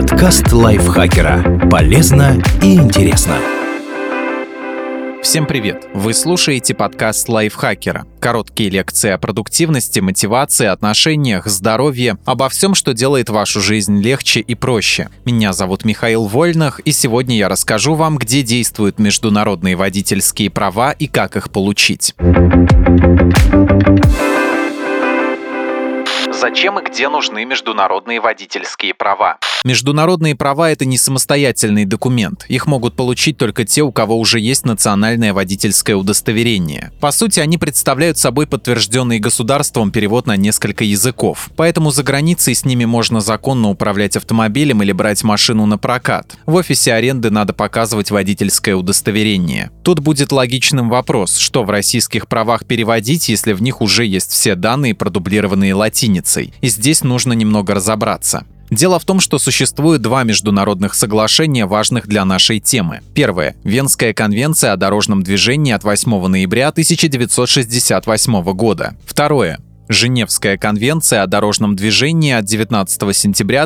Подкаст лайфхакера. Полезно и интересно. Всем привет! Вы слушаете подкаст лайфхакера. Короткие лекции о продуктивности, мотивации, отношениях, здоровье, обо всем, что делает вашу жизнь легче и проще. Меня зовут Михаил Вольных, и сегодня я расскажу вам, где действуют международные водительские права и как их получить. Зачем и где нужны международные водительские права? Международные права — это не самостоятельный документ. Их могут получить только те, у кого уже есть национальное водительское удостоверение. По сути, они представляют собой подтвержденный государством перевод на несколько языков. Поэтому за границей с ними можно законно управлять автомобилем или брать машину на прокат. В офисе аренды надо показывать водительское удостоверение. Тут будет логичным вопрос, что в российских правах переводить, если в них уже есть все данные, продублированные латиницей. И здесь нужно немного разобраться. Дело в том, что существует два международных соглашения, важных для нашей темы. Первое – Венская конвенция о дорожном движении от 8 ноября 1968 года. Второе – Женевская конвенция о дорожном движении от 19 сентября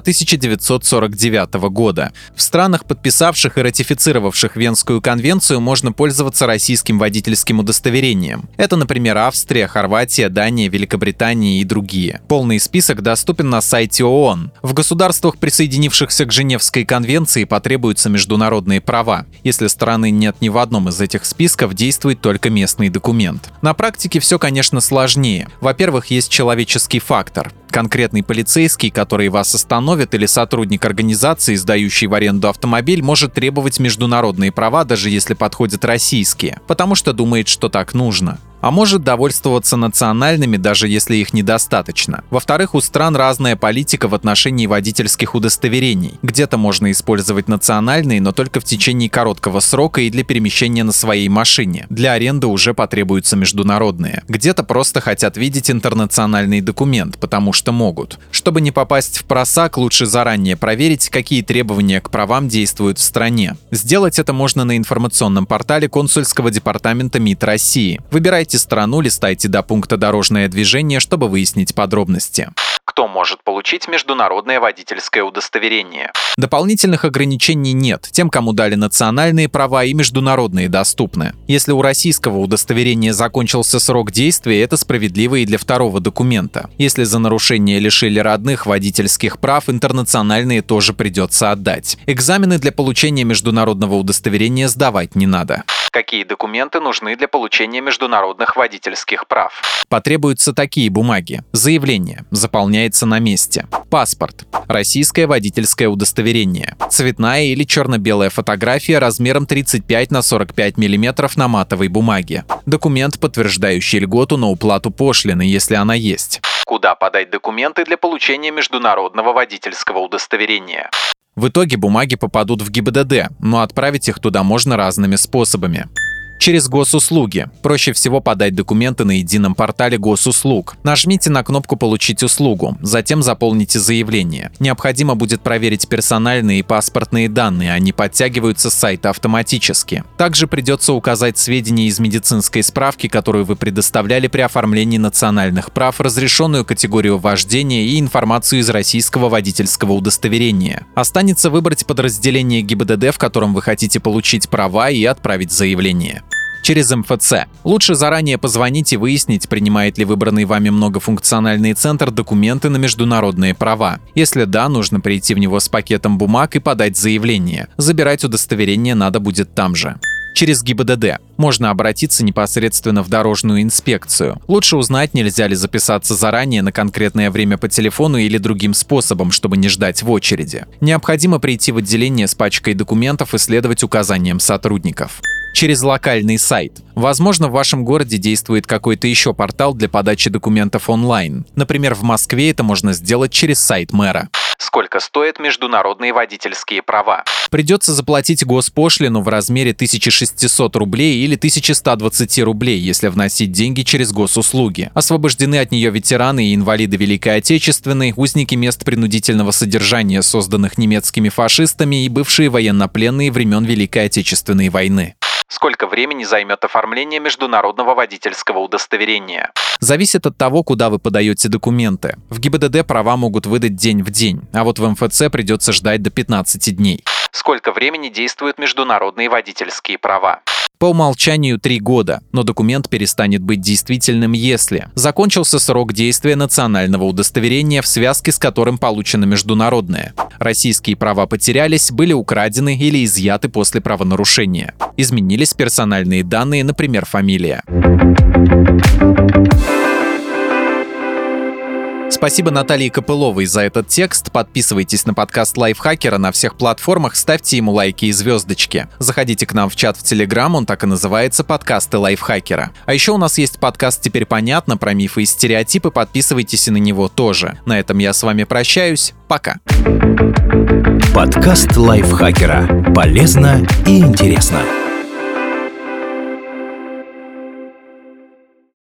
1949 года. В странах, подписавших и ратифицировавших Венскую конвенцию, можно пользоваться российским водительским удостоверением. Это, например, Австрия, Хорватия, Дания, Великобритания и другие. Полный список доступен на сайте ООН. В государствах, присоединившихся к Женевской конвенции, потребуются международные права. Если страны нет ни в одном из этих списков, действует только местный документ. На практике все, конечно, сложнее. Во-первых, есть человеческий фактор. Конкретный полицейский, который вас остановит, или сотрудник организации, сдающий в аренду автомобиль, может требовать международные права, даже если подходят российские, потому что думает, что так нужно. А может довольствоваться национальными, даже если их недостаточно. Во-вторых, у стран разная политика в отношении водительских удостоверений. Где-то можно использовать национальные, но только в течение короткого срока и для перемещения на своей машине. Для аренды уже потребуются международные. Где-то просто хотят видеть интернациональный документ, потому что могут. Чтобы не попасть в просак, лучше заранее проверить, какие требования к правам действуют в стране. Сделать это можно на информационном портале консульского департамента МИД России. Выбирайте страну, листайте до пункта «Дорожное движение», чтобы выяснить подробности. Кто может получить международное водительское удостоверение? Дополнительных ограничений нет. Тем, кому дали национальные права, и международные доступны. Если у российского удостоверения закончился срок действия, это справедливо и для второго документа. Если за нарушение лишили родных водительских прав, интернациональные тоже придется отдать. Экзамены для получения международного удостоверения сдавать не надо. Какие документы нужны для получения международных водительских прав? Потребуются такие бумаги. Заявление. Заполняется на месте. Паспорт. Российское водительское удостоверение. Цветная или черно-белая фотография размером 35 на 45 мм на матовой бумаге. Документ, подтверждающий льготу на уплату пошлины, если она есть. Куда подать документы для получения международного водительского удостоверения? В итоге бумаги попадут в ГИБДД, но отправить их туда можно разными способами. Через госуслуги. Проще всего подать документы на едином портале госуслуг. Нажмите на кнопку «Получить услугу», затем заполните заявление. Необходимо будет проверить персональные и паспортные данные, они подтягиваются с сайта автоматически. Также придется указать сведения из медицинской справки, которую вы предоставляли при оформлении национальных прав, разрешенную категорию вождения и информацию из российского водительского удостоверения. Останется выбрать подразделение ГИБДД, в котором вы хотите получить права, и отправить заявление. Через МФЦ. Лучше заранее позвонить и выяснить, принимает ли выбранный вами многофункциональный центр документы на международные права. Если да, нужно прийти в него с пакетом бумаг и подать заявление. Забирать удостоверение надо будет там же. Через ГИБДД. Можно обратиться непосредственно в дорожную инспекцию. Лучше узнать, нельзя ли записаться заранее на конкретное время по телефону или другим способом, чтобы не ждать в очереди. Необходимо прийти в отделение с пачкой документов и следовать указаниям сотрудников. Через локальный сайт. Возможно, в вашем городе действует какой-то еще портал для подачи документов онлайн. Например, в Москве это можно сделать через сайт мэра. Сколько стоят международные водительские права? Придется заплатить госпошлину в размере 1600 рублей или 1120 рублей, если вносить деньги через госуслуги. Освобождены от нее ветераны и инвалиды Великой Отечественной, узники мест принудительного содержания, созданных немецкими фашистами, и бывшие военнопленные времен Великой Отечественной войны. Сколько времени займет оформление международного водительского удостоверения? Зависит от того, куда вы подаете документы. В ГИБДД права могут выдать день в день, а вот в МФЦ придется ждать до 15 дней. Сколько времени действуют международные водительские права? По умолчанию 3 года, но документ перестанет быть действительным, если закончился срок действия национального удостоверения, в связке с которым получено международное. Российские права потерялись, были украдены или изъяты после правонарушения. Изменились персональные данные, например, фамилия. Спасибо Наталье Копыловой за этот текст. Подписывайтесь на подкаст Лайфхакера на всех платформах, ставьте ему лайки и звездочки. Заходите к нам в чат в Телеграм, он так и называется «Подкасты Лайфхакера». А еще у нас есть подкаст «Теперь понятно» про мифы и стереотипы, подписывайтесь и на него тоже. На этом я с вами прощаюсь. Пока. Подкаст Лайфхакера. Полезно и интересно.